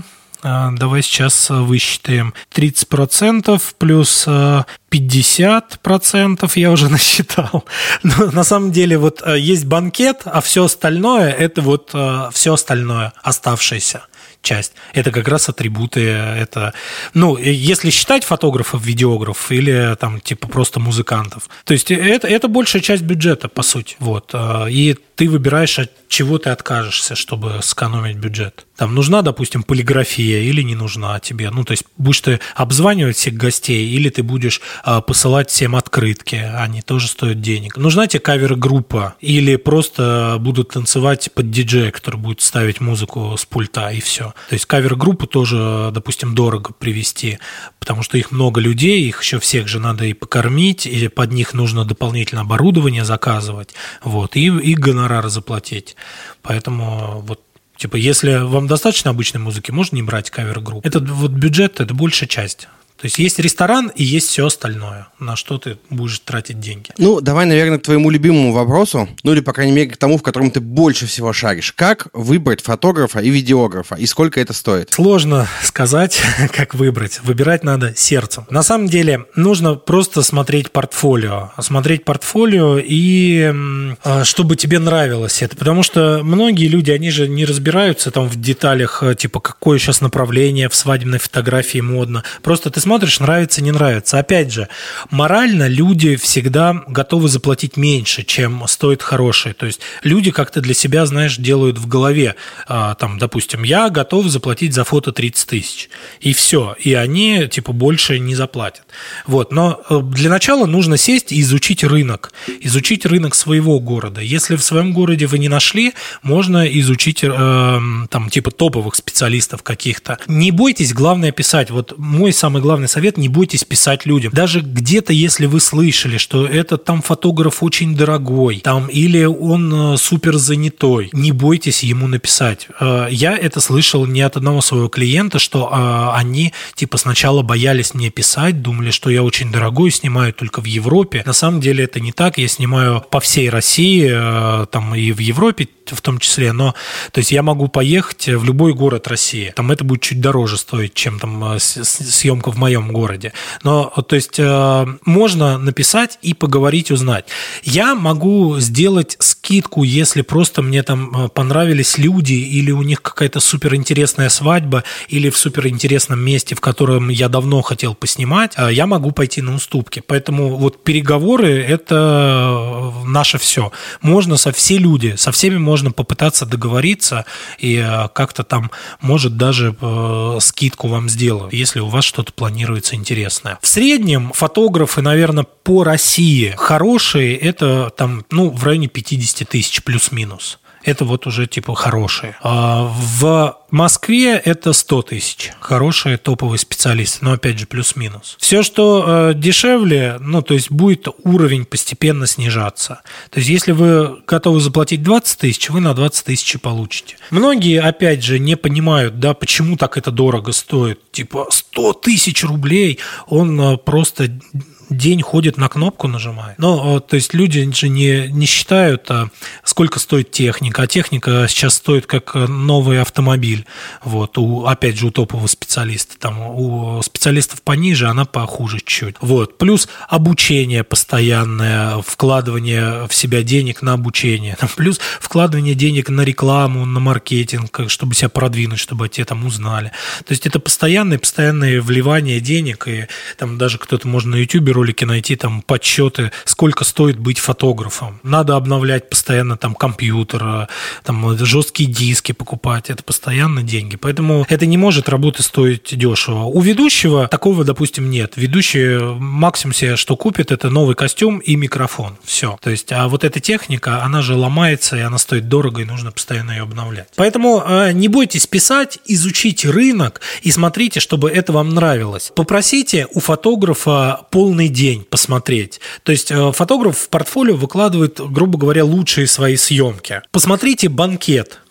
Давай сейчас высчитаем. тридцать процентов плюс пятьдесят процентов я уже насчитал. Но на самом деле вот есть банкет, а все остальное – это вот все остальное, оставшееся часть. Это как раз атрибуты. Это, ну, если считать фотографов, видеографов или там типа просто музыкантов. То есть это, это большая часть бюджета, по сути. Вот. И ты выбираешь, от чего ты откажешься, чтобы сэкономить бюджет. Там нужна, допустим, полиграфия или не нужна тебе. Ну, то есть будешь ты обзванивать всех гостей или ты будешь а, посылать всем открытки. Они тоже стоят денег. Нужна тебе кавер-группа или просто будут танцевать под диджея, который будет ставить музыку с пульта и все. То есть кавер-группу тоже, допустим, дорого привезти, потому что их много людей, их еще всех же надо и покормить, и под них нужно дополнительное оборудование заказывать, вот, и, и гонорары заплатить. Поэтому вот типа, если вам достаточно обычной музыки, можно не брать кавер-группу. Этот вот бюджет – это большая часть. То есть есть ресторан и есть все остальное, на что ты будешь тратить деньги. Ну, давай, наверное, к твоему любимому вопросу, ну или, по крайней мере, к тому, в котором ты больше всего шаришь. Как выбрать фотографа и видеографа, и сколько это стоит? Сложно сказать, как выбрать. Выбирать надо сердцем. На самом деле, нужно просто смотреть портфолио. Смотреть портфолио и чтобы тебе нравилось это. Потому что многие люди, они же не разбираются там в деталях, типа, какое сейчас направление в свадебной фотографии модно. Просто ты смотришь, нравится, не нравится. Опять же, морально люди всегда готовы заплатить меньше, чем стоит хорошее. То есть люди как-то для себя, знаешь, делают в голове, там, допустим, я готов заплатить за фото тридцать тысяч. И все. И они, типа, больше не заплатят. Вот. Но для начала нужно сесть и изучить рынок. Изучить рынок своего города. Если в своем городе вы не нашли, можно изучить, э, там, типа, топовых специалистов каких-то. Не бойтесь, главное, писать. Вот мой самый главный совет – не бойтесь писать людям. Даже где-то, если вы слышали, что этот там фотограф очень дорогой, там, или он супер занятой, не бойтесь ему написать. Я это слышал не от одного своего клиента, что они типа сначала боялись мне писать, думали, что я очень дорогой, снимаю только в Европе. На самом деле это не так. Я снимаю по всей России, там и в Европе в том числе, но то есть я могу поехать в любой город России. Там это будет чуть дороже стоить, чем там съемка в моем городе. Но, то есть, можно написать и поговорить, узнать. Я могу сделать скидку, если просто мне там понравились люди, или у них какая-то суперинтересная свадьба, или в суперинтересном месте, в котором я давно хотел поснимать, я могу пойти на уступки. Поэтому вот переговоры – это наше все. Можно со все люди, со всеми можно попытаться договориться, и как-то там, может, даже скидку вам сделают, если у вас что-то планируется интересное. В среднем фотографы, наверное, по России хорошие, это там, ну, в районе пятьдесят тысяч плюс-минус. Это вот уже типа хорошие. А в Москве это сто тысяч. Хорошие топовые специалисты, но опять же плюс-минус. Все, что э, дешевле, ну то есть будет уровень постепенно снижаться. То есть если вы готовы заплатить двадцать тысяч, вы на двадцать тысяч получите. Многие, опять же, не понимают, да, почему так это дорого стоит. Типа сто тысяч рублей, он э, просто... день ходит, на кнопку нажимает. Ну, то есть люди же не, не считают, сколько стоит техника. А техника сейчас стоит как новый автомобиль. Вот. У, опять же, у топового специалиста. Там, у специалистов пониже, она похуже чуть-чуть. Вот. Плюс обучение постоянное, вкладывание в себя денег на обучение. Там, плюс вкладывание денег на рекламу, на маркетинг, чтобы себя продвинуть, чтобы те там узнали. То есть это постоянное, постоянное вливание денег. И там даже кто-то можно на YouTube ролики найти, там, подсчеты, сколько стоит быть фотографом. Надо обновлять постоянно там компьютер, там, жесткие диски покупать. Это постоянно деньги. Поэтому это не может работы стоить дешево. У ведущего такого, допустим, нет. Ведущий максимум себе, что купит, это новый костюм и микрофон. Все. То есть, а вот эта техника, она же ломается, и она стоит дорого, и нужно постоянно ее обновлять. Поэтому э, не бойтесь писать, изучите рынок и смотрите, чтобы это вам нравилось. Попросите у фотографа полный день посмотреть. То есть фотограф в портфолио выкладывает, грубо говоря, лучшие свои съемки. Посмотрите банкет.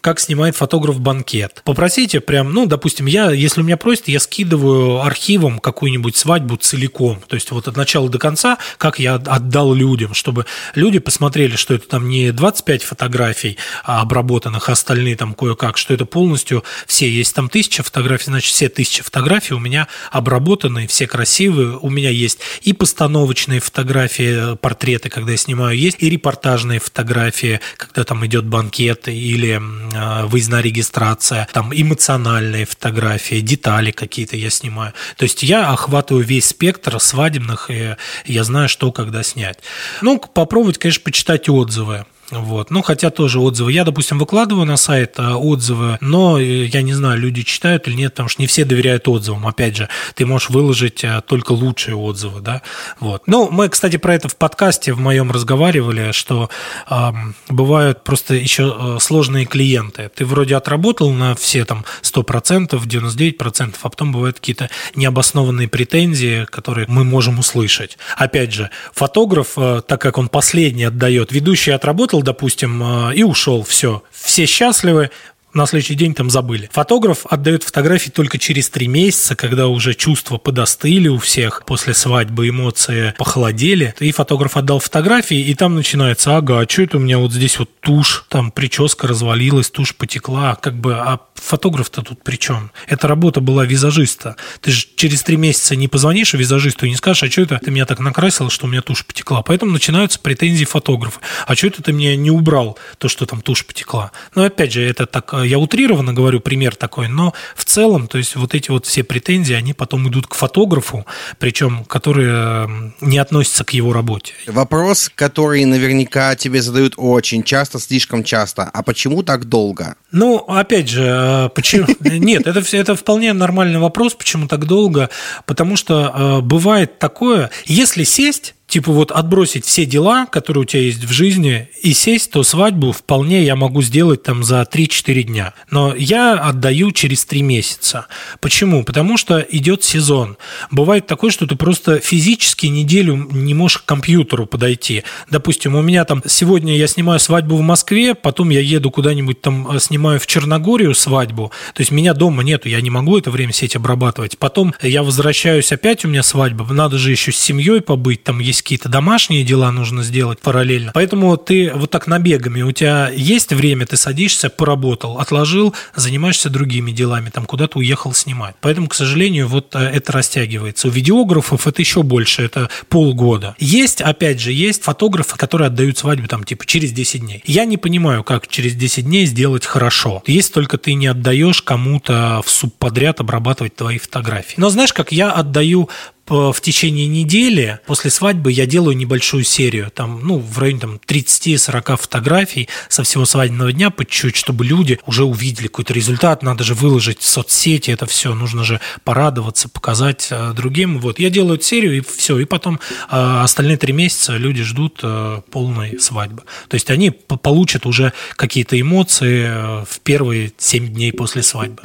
как снимает фотограф банкет. Попросите прям, ну, допустим, я, если у меня просят, я скидываю архивом какую-нибудь свадьбу целиком. То есть вот от начала до конца, как я отдал людям, чтобы люди посмотрели, что это там не двадцать пять фотографий обработанных, а остальные там кое-как, что это полностью все. Есть там тысяча фотографий, значит, все тысячи фотографий у меня обработаны, все красивые. У меня есть и постановочные фотографии, портреты, когда я снимаю, есть и репортажные фотографии, когда там идет банкет или э, выездная регистрация, там эмоциональные фотографии, детали какие-то я снимаю. То есть я охватываю весь спектр свадебных, и я знаю, что когда снять. Ну, попробовать, конечно, почитать отзывы. Вот. Ну, хотя тоже отзывы. Я, допустим, выкладываю на сайт отзывы, но я не знаю, люди читают или нет, потому что не все доверяют отзывам. Опять же, ты можешь выложить только лучшие отзывы, да. Вот. Ну, мы, кстати, про это в подкасте в моем разговаривали, что э, бывают просто еще сложные клиенты. Ты вроде отработал на все там сто процентов, девяносто девять процентов, а потом бывают какие-то необоснованные претензии, которые мы можем услышать. Опять же, фотограф, э, так как он последний отдает, ведущий отработал, допустим, и ушел, все, все счастливы, на следующий день там забыли. Фотограф отдает фотографии только через три месяца, когда уже чувства подостыли у всех, после свадьбы эмоции похолодели, и фотограф отдал фотографии, и там начинается, ага, а что это у меня вот здесь вот тушь, там прическа развалилась, тушь потекла, как бы, а фотограф-то тут при чем? Эта работа была визажиста. Ты же через три месяца не позвонишь визажисту и не скажешь, а что это ты меня так накрасила, что у меня тушь потекла. Поэтому начинаются претензии фотографа. А что это ты мне не убрал то, что там тушь потекла? Но опять же, это так, я утрированно говорю, пример такой, но в целом, то есть вот эти вот все претензии, они потом идут к фотографу, причем, которые не относятся к его работе. Вопрос, который наверняка тебе задают очень часто, слишком часто. А почему так долго? Ну, опять же, почему? Нет, это, это вполне нормальный вопрос, почему так долго, потому что э, бывает такое, если сесть, типа вот отбросить все дела, которые у тебя есть в жизни, и сесть, то свадьбу вполне я могу сделать там за три-четыре дня. Но я отдаю через три месяца. Почему? Потому что идет сезон. Бывает такое, что ты просто физически неделю не можешь к компьютеру подойти. Допустим, у меня там сегодня я снимаю свадьбу в Москве, потом я еду куда-нибудь там, снимаю в Черногорию свадьбу. То есть меня дома нету, я не могу это время сеть обрабатывать. Потом я возвращаюсь, опять у меня свадьба, надо же еще с семьей побыть, там есть какие-то домашние дела нужно сделать параллельно. Поэтому ты вот так набегами, у тебя есть время, ты садишься, поработал, отложил, занимаешься другими делами, там куда-то уехал снимать. Поэтому, к сожалению, вот это растягивается. У видеографов это еще больше, это полгода. Есть, опять же, есть фотографы, которые отдают свадьбу там типа через десять дней. Я не понимаю, как через десять дней сделать хорошо, если только ты не отдаешь кому-то в субподряд обрабатывать твои фотографии. Но знаешь, как я отдаю в течение недели после свадьбы я делаю небольшую серию, там, ну, в районе там, тридцать-сорок фотографий со всего свадебного дня по чуть-чуть, чтобы люди уже увидели какой-то результат, надо же выложить в соцсети, это все, нужно же порадоваться, показать другим. Вот, я делаю эту серию, и все, и потом э, остальные три месяца люди ждут э, полной свадьбы. То есть они получат уже какие-то эмоции э, в первые семь дней после свадьбы.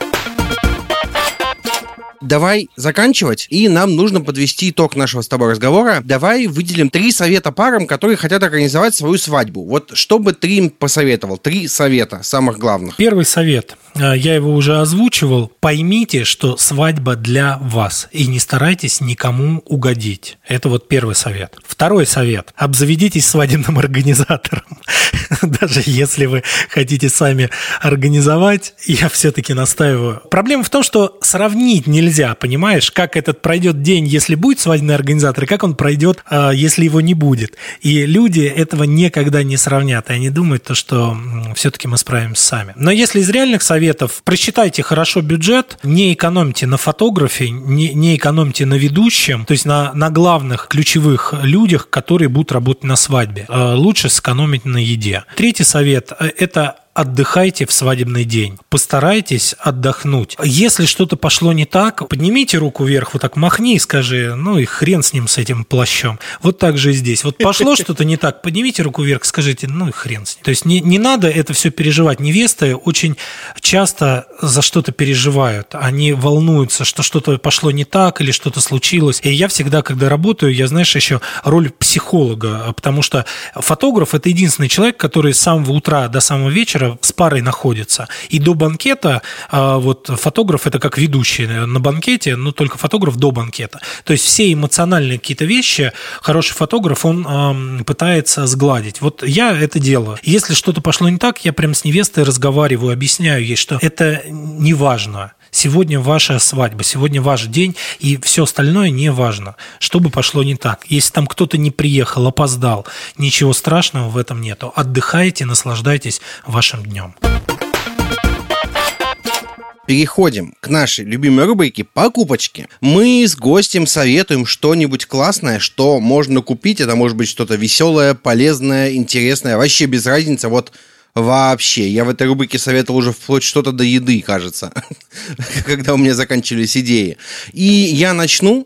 Давай заканчивать, и нам нужно подвести итог нашего с тобой разговора. Давай выделим три совета парам, которые хотят организовать свою свадьбу. Вот что бы ты им посоветовал? Три совета самых главных. Первый совет. Я его уже озвучивал. Поймите, что свадьба для вас, и не старайтесь никому угодить. Это вот первый совет. Второй совет. Обзаведитесь свадебным организатором. Даже если вы хотите сами организовать, я все-таки настаиваю. Проблема в том, что сравнить нельзя, понимаешь, как этот пройдет день, если будет свадебный организатор, и как он пройдет, если его не будет. И люди этого никогда не сравнят, и они думают, что все-таки мы справимся сами. Но если из реальных советов, просчитайте хорошо бюджет, не экономьте на фотографии, не, не экономьте на ведущем, то есть на, на главных ключевых людях, которые будут работать на свадьбе. Лучше сэкономить на еде. Третий совет – это отдыхайте в свадебный день. Постарайтесь отдохнуть. Если что-то пошло не так, поднимите руку вверх, вот так махни и скажи, ну и хрен с ним, с этим плащом. Вот так же и здесь. Вот пошло что-то не так, поднимите руку вверх, скажите, ну и хрен с ним. То есть не, не надо это все переживать. Невесты очень часто за что-то переживают. Они волнуются, что что-то пошло не так или что-то случилось. И я всегда, когда работаю, я, знаешь, еще роль психолога, потому что фотограф – это единственный человек, который с самого утра до самого вечера вечера с парой находится. И до банкета вот фотограф – это как ведущий на банкете, но только фотограф до банкета. То есть все эмоциональные какие-то вещи хороший фотограф, он пытается сгладить. Вот я это делаю. Если что-то пошло не так, я прям с невестой разговариваю, объясняю ей, что это не важно. Сегодня ваша свадьба, сегодня ваш день, и все остальное не важно, что бы пошло не так. Если там кто-то не приехал, опоздал, ничего страшного в этом нету. Отдыхайте, наслаждайтесь вашим днем. Переходим к нашей любимой рубрике «Покупочки». Мы с гостем советуем что-нибудь классное, что можно купить. Это может быть что-то веселое, полезное, интересное, вообще без разницы. Вот вообще. Я в этой рубрике советовал уже вплоть что-то до еды, кажется, когда у меня заканчивались идеи. И я начну.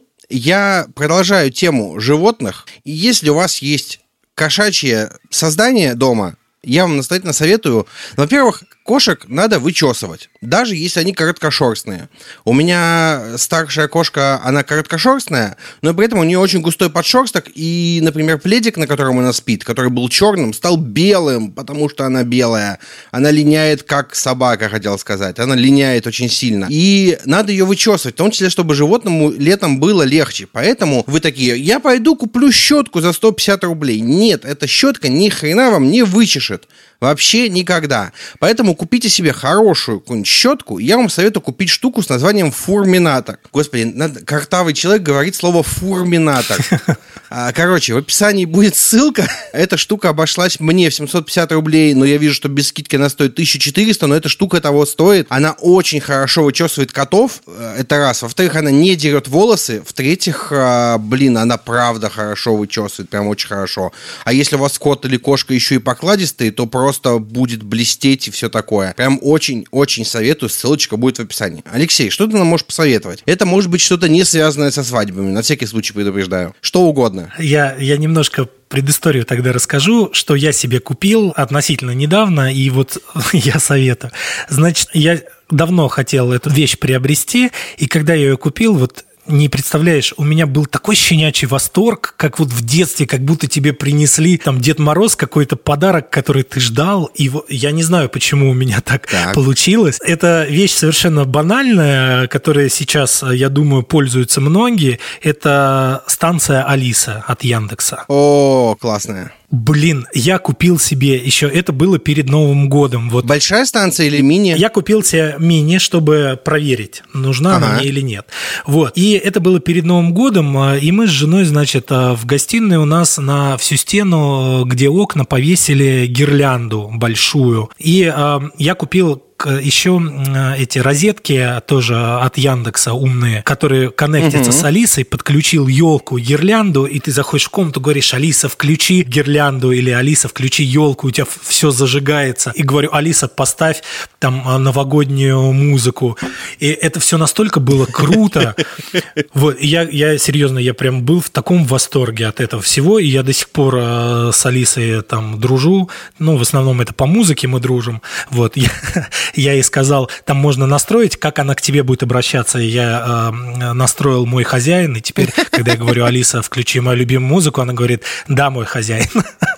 Я продолжаю тему животных. И если у вас есть кошачье создание дома, я вам настоятельно советую. Во-первых, кошек надо вычесывать, даже если они короткошерстные. У меня старшая кошка, она короткошерстная, но при этом у нее очень густой подшерсток, и, например, пледик, на котором она спит, который был черным, стал белым, потому что она белая. Она линяет, как собака, хотел сказать. Она линяет очень сильно. И надо ее вычесывать, в том числе, чтобы животному летом было легче. Поэтому вы такие: я пойду куплю щетку за сто пятьдесят рублей. Нет, эта щетка ни хрена вам не вычешет. Вообще никогда. Поэтому купите себе хорошую какую-нибудь щетку. Я вам советую купить штуку с названием фурминатор. Господи, надо, картавый человек говорит слово фурминатор. Короче, в описании будет ссылка. Эта штука обошлась мне в семьсот пятьдесят рублей, но я вижу, что без скидки она стоит тысяча четыреста, но эта штука того стоит. Она очень хорошо вычесывает котов. Это раз. Во-вторых, она не дерет волосы. В-третьих, блин, она правда хорошо вычесывает. Прям очень хорошо. А если у вас кот или кошка еще и покладистые, то просто просто будет блестеть и все такое. Прям очень-очень советую, ссылочка будет в описании. Алексей, что ты нам можешь посоветовать? Это может быть что-то не связанное со свадьбами, на всякий случай предупреждаю. Что угодно. Я, я немножко предысторию тогда расскажу, что я себе купил относительно недавно, и вот я советую. Значит, я давно хотел эту вещь приобрести, и когда я ее купил, вот не представляешь, у меня был такой щенячий восторг, как вот в детстве, как будто тебе принесли там Дед Мороз какой-то подарок, который ты ждал, и я не знаю, почему у меня так, так получилось. Это вещь совершенно банальная, которая сейчас, я думаю, пользуются многие. Это станция Алиса от Яндекса. О, классная. Блин, я купил себе еще, это было перед Новым годом. Вот. Большая станция или мини? Я купил себе мини, чтобы проверить, нужна ага. она мне или нет. Вот. И это было перед Новым годом, и мы с женой, значит, в гостиной у нас на всю стену, где окна, повесили гирлянду большую. И э, я купил еще эти розетки тоже от Яндекса умные, которые коннектятся угу. с Алисой, подключил елку, гирлянду, и ты заходишь в комнату, говоришь: Алиса, включи гирлянду, или Алиса, включи елку, у тебя все зажигается. И говорю: Алиса, поставь там новогоднюю музыку. И это все настолько было круто. Вот, я, я серьезно, я прям был в таком восторге от этого всего, и я до сих пор с Алисой там дружу. Ну, в основном это по музыке мы дружим. Вот, я Я ей сказал, там можно настроить, как она к тебе будет обращаться. Я э, настроил мой хозяин, и теперь, когда я говорю: Алиса, включи мою любимую музыку, она говорит: да, мой хозяин.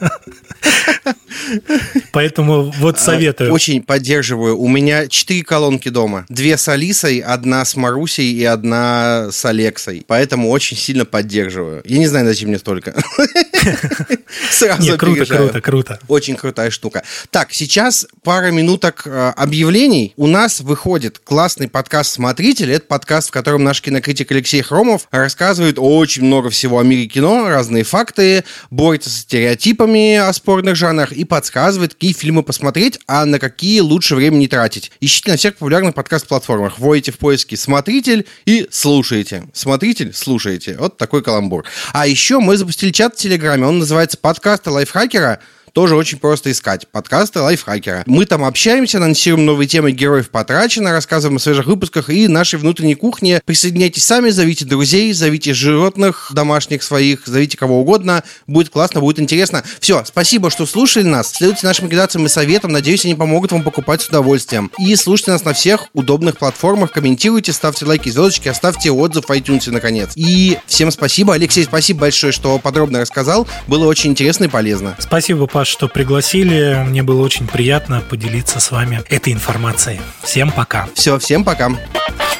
Поэтому вот советую. Очень поддерживаю. У меня четыре колонки дома. Две с Алисой, одна с Марусей и одна с Алексой. Поэтому очень сильно поддерживаю. Я не знаю, зачем мне столько. Сразу Нет, круто, круто, круто. Очень крутая штука. Так, сейчас пара минуток объявлений. У нас выходит классный подкаст «Смотритель». Это подкаст, в котором наш кинокритик Алексей Хромов рассказывает очень много всего о мире кино, разные факты, борется с стереотипами о спорных жанрах и подсказывает, какие фильмы посмотреть, а на какие лучше времени тратить. Ищите на всех популярных подкаст-платформах. Вводите в поиски «Смотритель» и слушаете. «Смотритель», слушаете. Вот такой каламбур. А еще мы запустили чат в Телеграме. Он называется «Подкасты лайфхакера». Тоже очень просто искать. Подкасты лайфхакера. Мы там общаемся, анонсируем новые темы «Героев потрачено», рассказываем о свежих выпусках и нашей внутренней кухне. Присоединяйтесь сами, зовите друзей, зовите животных домашних своих, зовите кого угодно. Будет классно, будет интересно. Все, спасибо, что слушали нас. Следуйте нашим рекомендациям и советам. Надеюсь, они помогут вам покупать с удовольствием. И слушайте нас на всех удобных платформах. Комментируйте, ставьте лайки, звездочки, оставьте отзыв в iTunes, наконец. И всем спасибо. Алексей, спасибо большое, что подробно рассказал. Было очень интересно и полезно. Спасибо, Паш. вас, что пригласили. Мне было очень приятно поделиться с вами этой информацией. Всем пока. Все, всем пока.